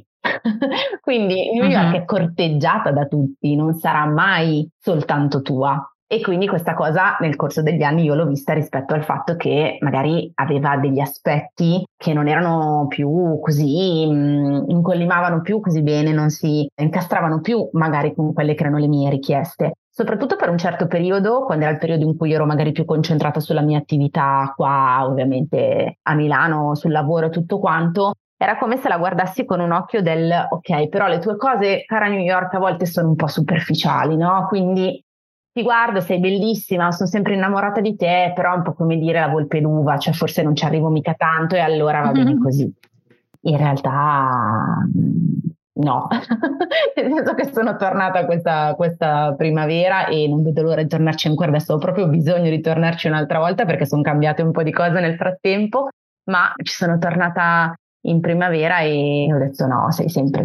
A: Quindi New York è corteggiata da tutti, non sarà mai soltanto tua. E quindi questa cosa nel corso degli anni io l'ho vista rispetto al fatto che magari aveva degli aspetti che non erano più così, incollimavano più così bene, non si incastravano più magari con quelle che erano le mie richieste. Soprattutto per un certo periodo, quando era il periodo in cui ero magari più concentrata sulla mia attività qua, ovviamente a Milano, sul lavoro e tutto quanto, era come se la guardassi con un occhio del ok, però le tue cose, cara New York, a volte sono un po' superficiali, no? Quindi ti guardo, sei bellissima, sono sempre innamorata di te, però è un po' come dire la volpe l'uva, cioè forse non ci arrivo mica tanto e allora va bene così. In realtà no, nel senso che sono tornata questa primavera e non vedo l'ora di tornarci ancora, adesso ho proprio bisogno di tornarci un'altra volta perché sono cambiate un po' di cose nel frattempo, ma ci sono tornata in primavera e ho detto no, sei sempre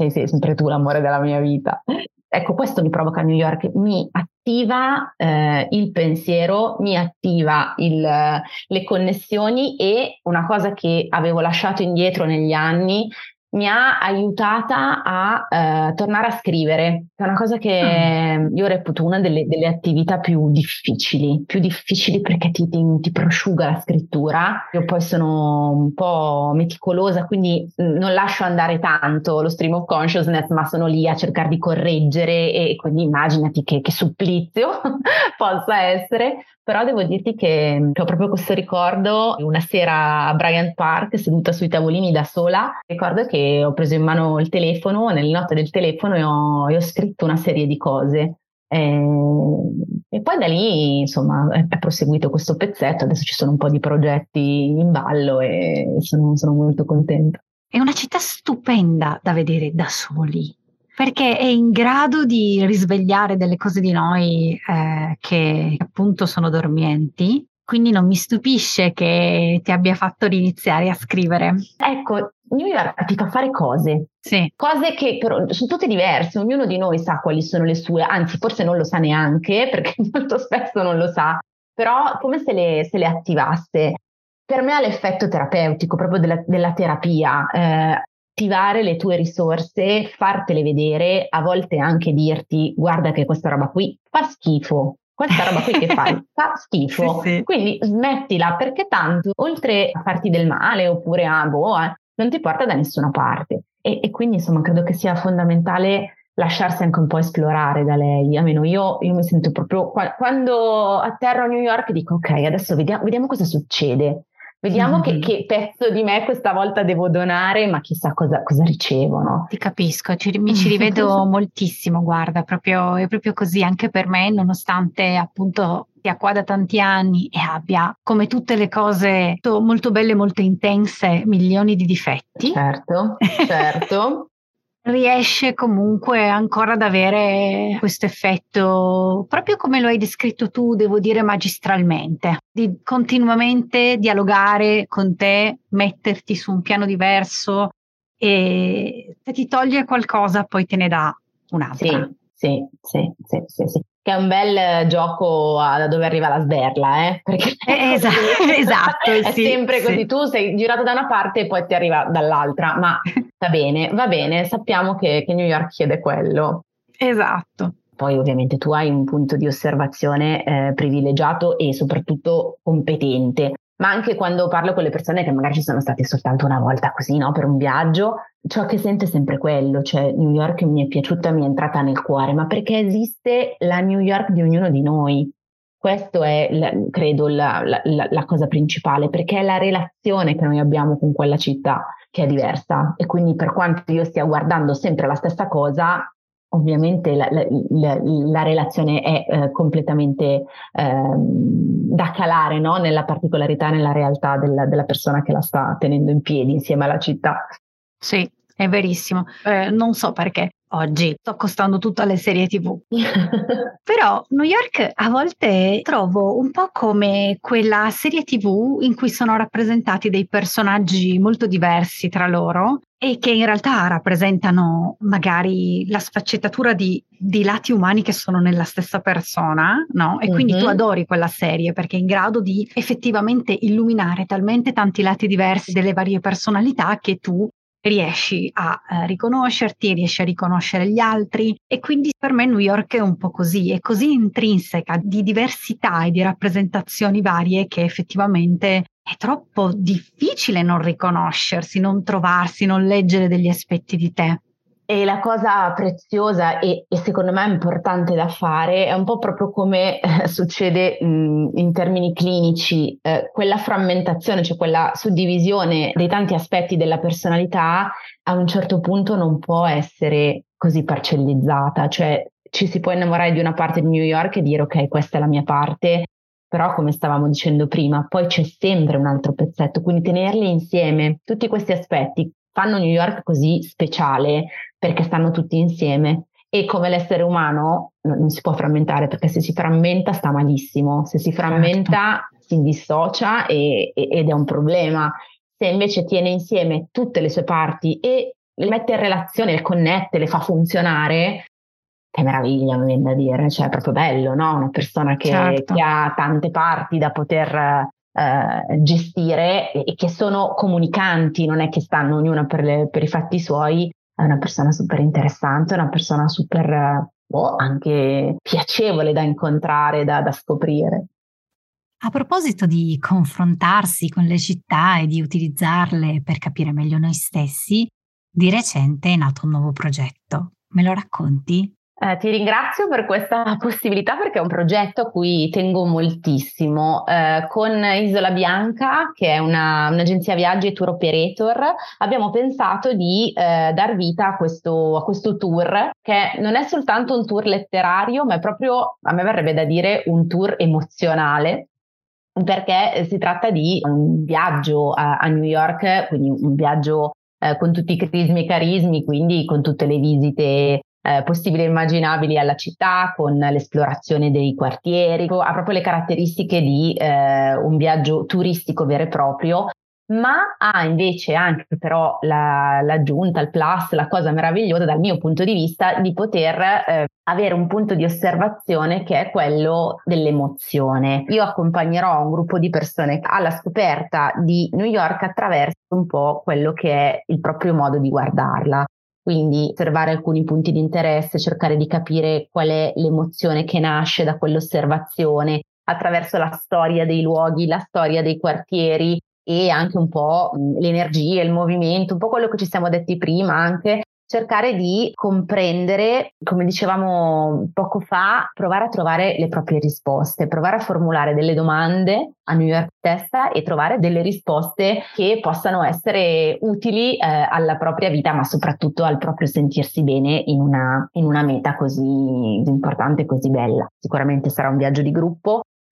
A: tu l'amore della mia vita. Ecco, questo mi provoca New York, mi attiva il pensiero, mi attiva le connessioni e una cosa che avevo lasciato indietro negli anni mi ha aiutata a tornare a scrivere. È una cosa che io reputo una delle attività più difficili perché ti prosciuga la scrittura. Io poi sono un po' meticolosa, quindi non lascio andare tanto lo stream of consciousness, ma sono lì a cercare di correggere e quindi immaginati che supplizio possa essere. Però devo dirti che ho proprio questo ricordo, una sera a Bryant Park, seduta sui tavolini da sola, ricordo che ho preso in mano il telefono, nelle note del telefono e ho scritto una serie di cose. E poi da lì, insomma, è proseguito questo pezzetto, adesso ci sono un po' di progetti in ballo e sono molto contenta.
B: È una città stupenda da vedere da soli, perché è in grado di risvegliare delle cose di noi che appunto sono dormienti, quindi non mi stupisce che ti abbia fatto riniziare a scrivere.
A: Ecco, New York ti fa fare cose,
B: sì.
A: Cose che però sono tutte diverse, ognuno di noi sa quali sono le sue, anzi forse non lo sa neanche, perché molto spesso non lo sa, però come se le attivasse. Per me ha l'effetto terapeutico, proprio della terapia. Attivare le tue risorse, fartele vedere, a volte anche dirti guarda che questa roba qui fa schifo, questa roba qui che fai fa schifo,
B: sì.
A: Quindi smettila perché tanto oltre a farti del male oppure non ti porta da nessuna parte e quindi insomma credo che sia fondamentale lasciarsi anche un po' esplorare da lei, almeno io mi sento proprio quando atterro a New York dico ok adesso vediamo cosa succede. Vediamo che pezzo di me questa volta devo donare, ma chissà cosa ricevo, no?
B: Ti capisco, mi ci rivedo moltissimo, guarda, è proprio così anche per me, nonostante appunto sia qua da tanti anni e abbia, come tutte le cose molto belle, molto intense, milioni di difetti.
A: Certo, certo.
B: Riesce comunque ancora ad avere questo effetto, proprio come lo hai descritto tu, devo dire magistralmente, di continuamente dialogare con te, metterti su un piano diverso e se ti toglie qualcosa poi te ne dà un'altra.
A: Sì. Che è un bel gioco da dove arriva la sberla, perché
B: Esatto,
A: è
B: sì,
A: sempre così,
B: sì.
A: tu sei girato da una parte e poi ti arriva dall'altra, ma va bene, sappiamo che New York chiede quello.
B: Esatto.
A: Poi ovviamente tu hai un punto di osservazione privilegiato e soprattutto competente, ma anche quando parlo con le persone che magari ci sono state soltanto una volta così, no, per un viaggio, ciò che sento è sempre quello, cioè New York mi è piaciuta, mi è entrata nel cuore, ma perché esiste la New York di ognuno di noi. Questo è, credo, la cosa principale, perché è la relazione che noi abbiamo con quella città che è diversa. E quindi per quanto io stia guardando sempre la stessa cosa, ovviamente la relazione è completamente da calare, no? Nella particolarità, nella realtà della persona che la sta tenendo in piedi insieme alla città.
B: Sì, è verissimo. Non so perché oggi sto accostando tutto alle serie TV. Però New York a volte trovo un po' come quella serie TV in cui sono rappresentati dei personaggi molto diversi tra loro e che in realtà rappresentano magari la sfaccettatura di lati umani che sono nella stessa persona, no? E quindi tu adori quella serie perché è in grado di effettivamente illuminare talmente tanti lati diversi delle varie personalità che tu riesci a riconoscerti, riesci a riconoscere gli altri e quindi per me New York è un po' così, è così intrinseca di diversità e di rappresentazioni varie che effettivamente è troppo difficile non riconoscersi, non trovarsi, non leggere degli aspetti di te.
A: E la cosa preziosa e secondo me importante da fare è un po' proprio come succede in termini clinici, quella frammentazione, cioè quella suddivisione dei tanti aspetti della personalità a un certo punto non può essere così parcellizzata, cioè ci si può innamorare di una parte di New York e dire ok, questa è la mia parte, però come stavamo dicendo prima, poi c'è sempre un altro pezzetto, quindi tenerli insieme, tutti questi aspetti fanno New York così speciale perché stanno tutti insieme e come l'essere umano non si può frammentare perché se si frammenta sta malissimo, se si frammenta si dissocia ed è un problema. Se invece tiene insieme tutte le sue parti e le mette in relazione, le connette, le fa funzionare, che meraviglia, mi viene da dire, cioè è proprio bello, no? Una persona che ha tante parti da poter gestire e che sono comunicanti, non è che stanno ognuna per i fatti suoi, è una persona super interessante, una persona super anche piacevole da incontrare, da scoprire.
B: A proposito di confrontarsi con le città e di utilizzarle per capire meglio noi stessi, di recente è nato un nuovo progetto. Me lo racconti?
A: Ti ringrazio per questa possibilità perché è un progetto a cui tengo moltissimo. Con Isola Bianca, che è un'agenzia viaggi e tour operator, abbiamo pensato di dar vita a questo tour, che non è soltanto un tour letterario, ma è proprio, a me verrebbe da dire, un tour emozionale, perché si tratta di un viaggio a New York, quindi un viaggio con tutti i crismi e carismi, quindi con tutte le visite possibili e immaginabili alla città, con l'esplorazione dei quartieri, ha proprio le caratteristiche di un viaggio turistico vero e proprio, ma ha invece anche però l'aggiunta, il plus, la cosa meravigliosa dal mio punto di vista di poter avere un punto di osservazione che è quello dell'emozione. Io accompagnerò un gruppo di persone alla scoperta di New York attraverso un po' quello che è il proprio modo di guardarla. Quindi osservare alcuni punti di interesse, cercare di capire qual è l'emozione che nasce da quell'osservazione attraverso la storia dei luoghi, la storia dei quartieri e anche un po' le energie, il movimento, un po' quello che ci siamo detti prima anche, cercare di comprendere, come dicevamo poco fa, provare a trovare le proprie risposte, provare a formulare delle domande a New York stessa e trovare delle risposte che possano essere utili alla propria vita, ma soprattutto al proprio sentirsi bene in una meta così importante e così bella. Sicuramente sarà un viaggio di gruppo,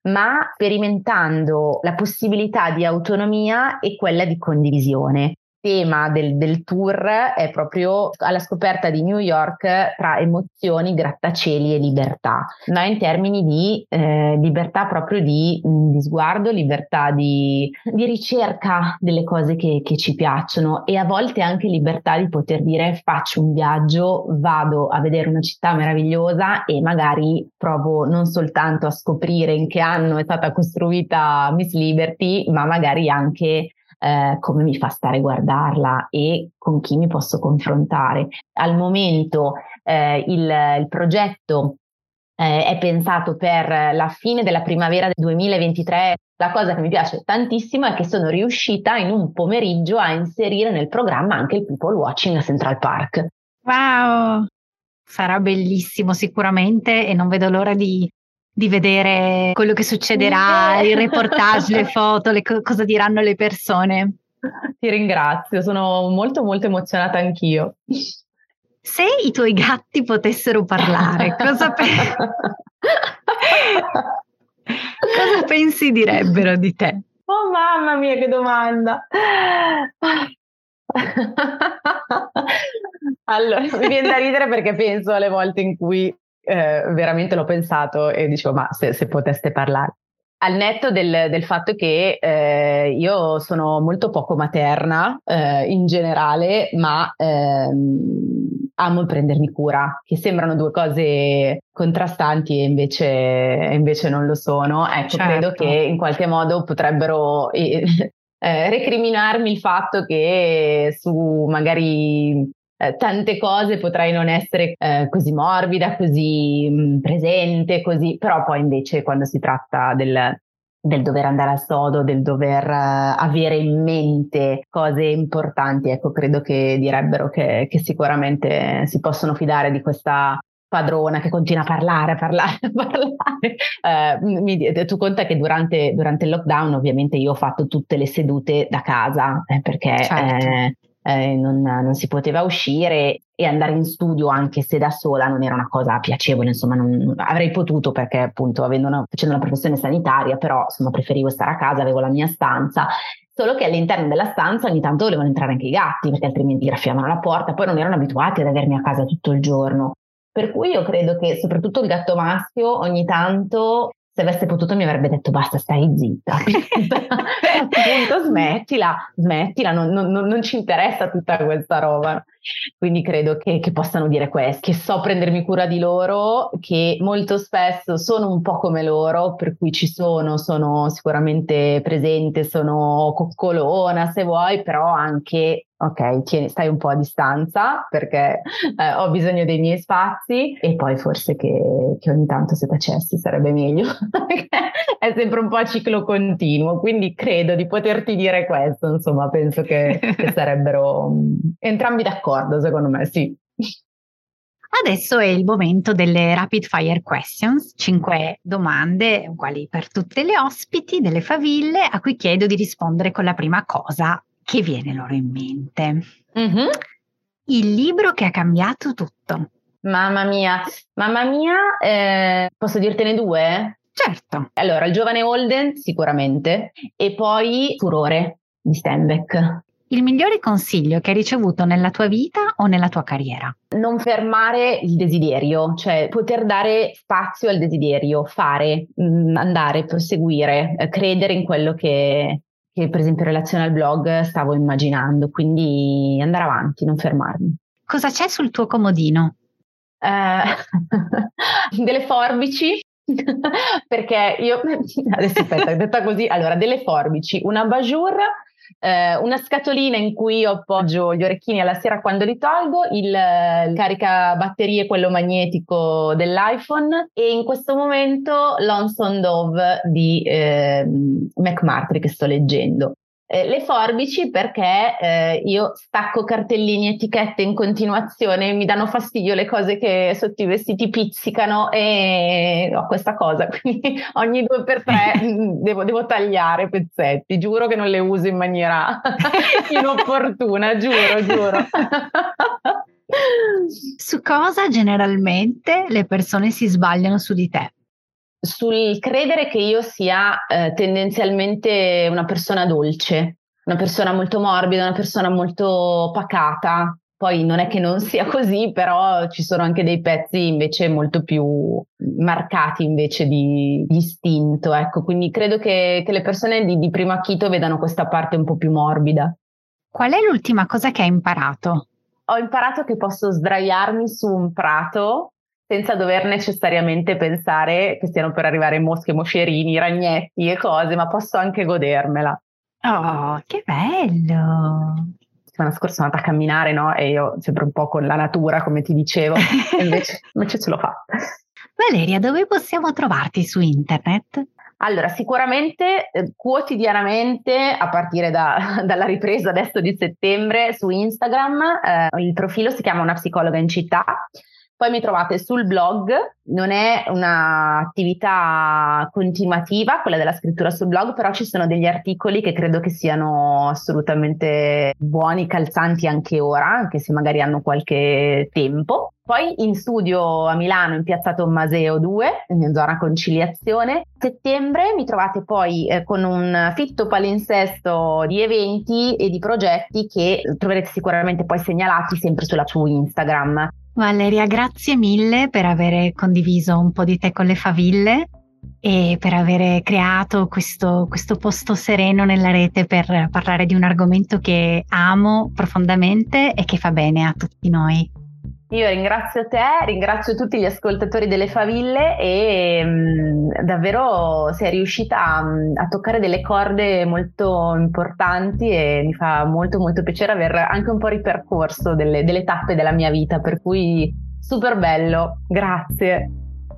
A: ma sperimentando la possibilità di autonomia e quella di condivisione. Il tema del tour è proprio alla scoperta di New York tra emozioni, grattacieli e libertà, ma in termini di libertà proprio di sguardo, libertà di ricerca delle cose che ci piacciono, e a volte anche libertà di poter dire: faccio un viaggio, vado a vedere una città meravigliosa e magari provo non soltanto a scoprire in che anno è stata costruita Miss Liberty, ma magari anche come mi fa stare guardarla e con chi mi posso confrontare. Al momento il progetto è pensato per la fine della primavera del 2023. La cosa che mi piace tantissimo è che sono riuscita in un pomeriggio a inserire nel programma anche il people watching a Central Park.
B: Wow! Sarà bellissimo sicuramente, e non vedo l'ora di vedere quello che succederà, il reportage, le foto, cosa diranno le persone.
A: Ti ringrazio, sono molto molto emozionata anch'io.
B: Se i tuoi gatti potessero parlare, cosa pensi direbbero di te?
A: Oh mamma mia, che domanda! Allora, mi viene da ridere perché penso alle volte in cui veramente l'ho pensato e dicevo: ma se poteste parlare. Al netto del fatto che io sono molto poco materna in generale, ma amo prendermi cura, che sembrano due cose contrastanti e invece non lo sono. Ecco,
B: certo.
A: Credo che in qualche modo potrebbero recriminarmi il fatto che su magari tante cose potrei non essere così morbida, così presente, così, però poi invece quando si tratta del dover andare al sodo, del dover avere in mente cose importanti, ecco, credo che direbbero che sicuramente si possono fidare di questa padrona che continua a parlare. Tu conta che durante il lockdown ovviamente io ho fatto tutte le sedute da casa perché
B: certo.
A: non si poteva uscire, e andare in studio anche se da sola non era una cosa piacevole, insomma non avrei potuto, perché appunto facendo una professione sanitaria, però insomma preferivo stare a casa, avevo la mia stanza. Solo che all'interno della stanza ogni tanto volevano entrare anche i gatti, perché altrimenti graffiavano la porta, poi non erano abituati ad avermi a casa tutto il giorno. Per cui io credo che soprattutto il gatto maschio ogni tanto, se avesse potuto, mi avrebbe detto: basta, stai zitta, appunto, smettila, non ci interessa tutta questa roba. Quindi credo che possano dire questo, che so prendermi cura di loro, che molto spesso sono un po' come loro, per cui sono sicuramente presente, sono coccolona se vuoi, però anche ok, stai un po' a distanza perché ho bisogno dei miei spazi, e poi forse che ogni tanto se tacessi sarebbe meglio, perché è sempre un po' a ciclo continuo, quindi credo di poterti dire questo, insomma, penso che sarebbero entrambi d'accordo, secondo me, sì.
B: Adesso è il momento delle rapid fire questions, 5 domande uguali per tutte le ospiti delle faville, a cui chiedo di rispondere con la prima cosa che viene loro in mente.
A: Mm-hmm.
B: Il libro che ha cambiato tutto.
A: Mamma mia, posso dirtene due?
B: Certo.
A: Allora, Il giovane Holden sicuramente, e poi Furore di Steinbeck.
B: Il migliore consiglio che hai ricevuto nella tua vita o nella tua carriera?
A: Non fermare il desiderio, cioè poter dare spazio al desiderio, fare, andare, proseguire, credere in quello che per esempio in relazione al blog stavo immaginando, quindi andare avanti, non fermarmi.
B: Cosa c'è sul tuo comodino?
A: Delle forbici. Perché io adesso aspetta, detta così, allora, delle forbici, una Bajur, una scatolina in cui io appoggio gli orecchini alla sera quando li tolgo, il caricabatterie, quello magnetico dell'iPhone, e in questo momento Lonesome Dove di McMurtry che sto leggendo. Le forbici perché io stacco cartellini, etichette in continuazione, mi danno fastidio le cose che sotto i vestiti pizzicano, e ho questa cosa, quindi ogni 2x3 devo tagliare pezzetti, giuro che non le uso in maniera inopportuna, giuro.
B: Su cosa generalmente le persone si sbagliano su di te?
A: sul credere che io sia tendenzialmente una persona dolce, una persona molto morbida, una persona molto pacata. Poi non è che non sia così, però ci sono anche dei pezzi invece molto più marcati invece di istinto, ecco. Quindi credo che le persone di primo acchito vedano questa parte un po' più morbida.
B: Qual è l'ultima cosa che hai imparato?
A: Ho imparato che posso sdraiarmi su un prato senza dover necessariamente pensare che stiano per arrivare mosche, moscerini, ragnetti e cose, ma posso anche godermela.
B: Oh, che bello!
A: L'anno scorso sono andata a camminare, no? E io sempre un po' con la natura, come ti dicevo, e invece ce l'ho fatta.
B: Valeria, dove possiamo trovarti su internet?
A: Allora, sicuramente quotidianamente, a partire dalla ripresa adesso di settembre, su Instagram, il profilo si chiama Una psicologa in città. Poi mi trovate sul blog, non è un'attività continuativa, quella della scrittura sul blog, però ci sono degli articoli che credo che siano assolutamente buoni, calzanti anche ora, anche se magari hanno qualche tempo. Poi in studio a Milano, in piazza Tommaseo 2, in zona Conciliazione. A settembre mi trovate poi con un fitto palinsesto di eventi e di progetti che troverete sicuramente poi segnalati sempre su Instagram.
B: Valeria, grazie mille per aver condiviso un po' di te con le faville e per aver creato questo posto sereno nella rete per parlare di un argomento che amo profondamente e che fa bene a tutti noi.
A: Io ringrazio te, ringrazio tutti gli ascoltatori delle faville e davvero sei riuscita a toccare delle corde molto importanti e mi fa molto molto piacere aver anche un po' ripercorso delle tappe della mia vita, per cui super bello, grazie.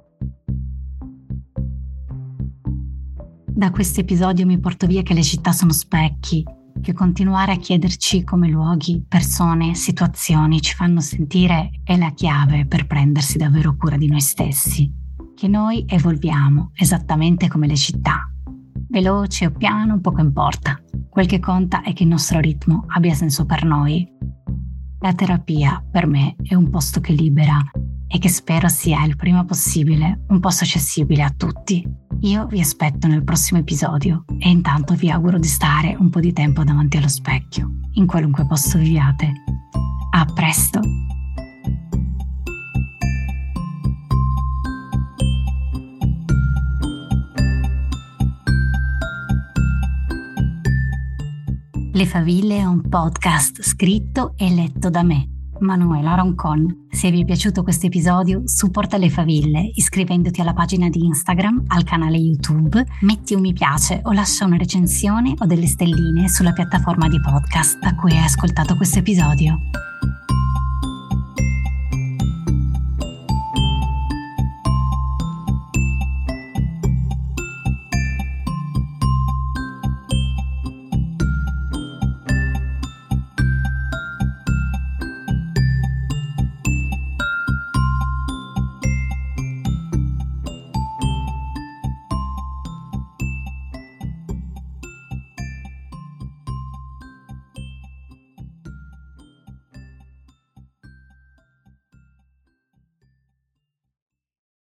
B: Da questo episodio mi porto via che le città sono specchi, che continuare a chiederci come luoghi, persone, situazioni ci fanno sentire è la chiave per prendersi davvero cura di noi stessi, che noi evolviamo esattamente come le città. Veloce o piano, poco importa. Quel che conta è che il nostro ritmo abbia senso per noi. La terapia, per me, è un posto che libera e che spero sia il prima possibile un posto accessibile a tutti. Io vi aspetto nel prossimo episodio e intanto vi auguro di stare un po' di tempo davanti allo specchio, in qualunque posto viviate. A presto! Le faville è un podcast scritto e letto da me, Manuela Roncon. Se vi è piaciuto questo episodio, supporta Le faville iscrivendoti alla pagina di Instagram, al canale YouTube, metti un mi piace o lascia una recensione o delle stelline sulla piattaforma di podcast da cui hai ascoltato questo episodio.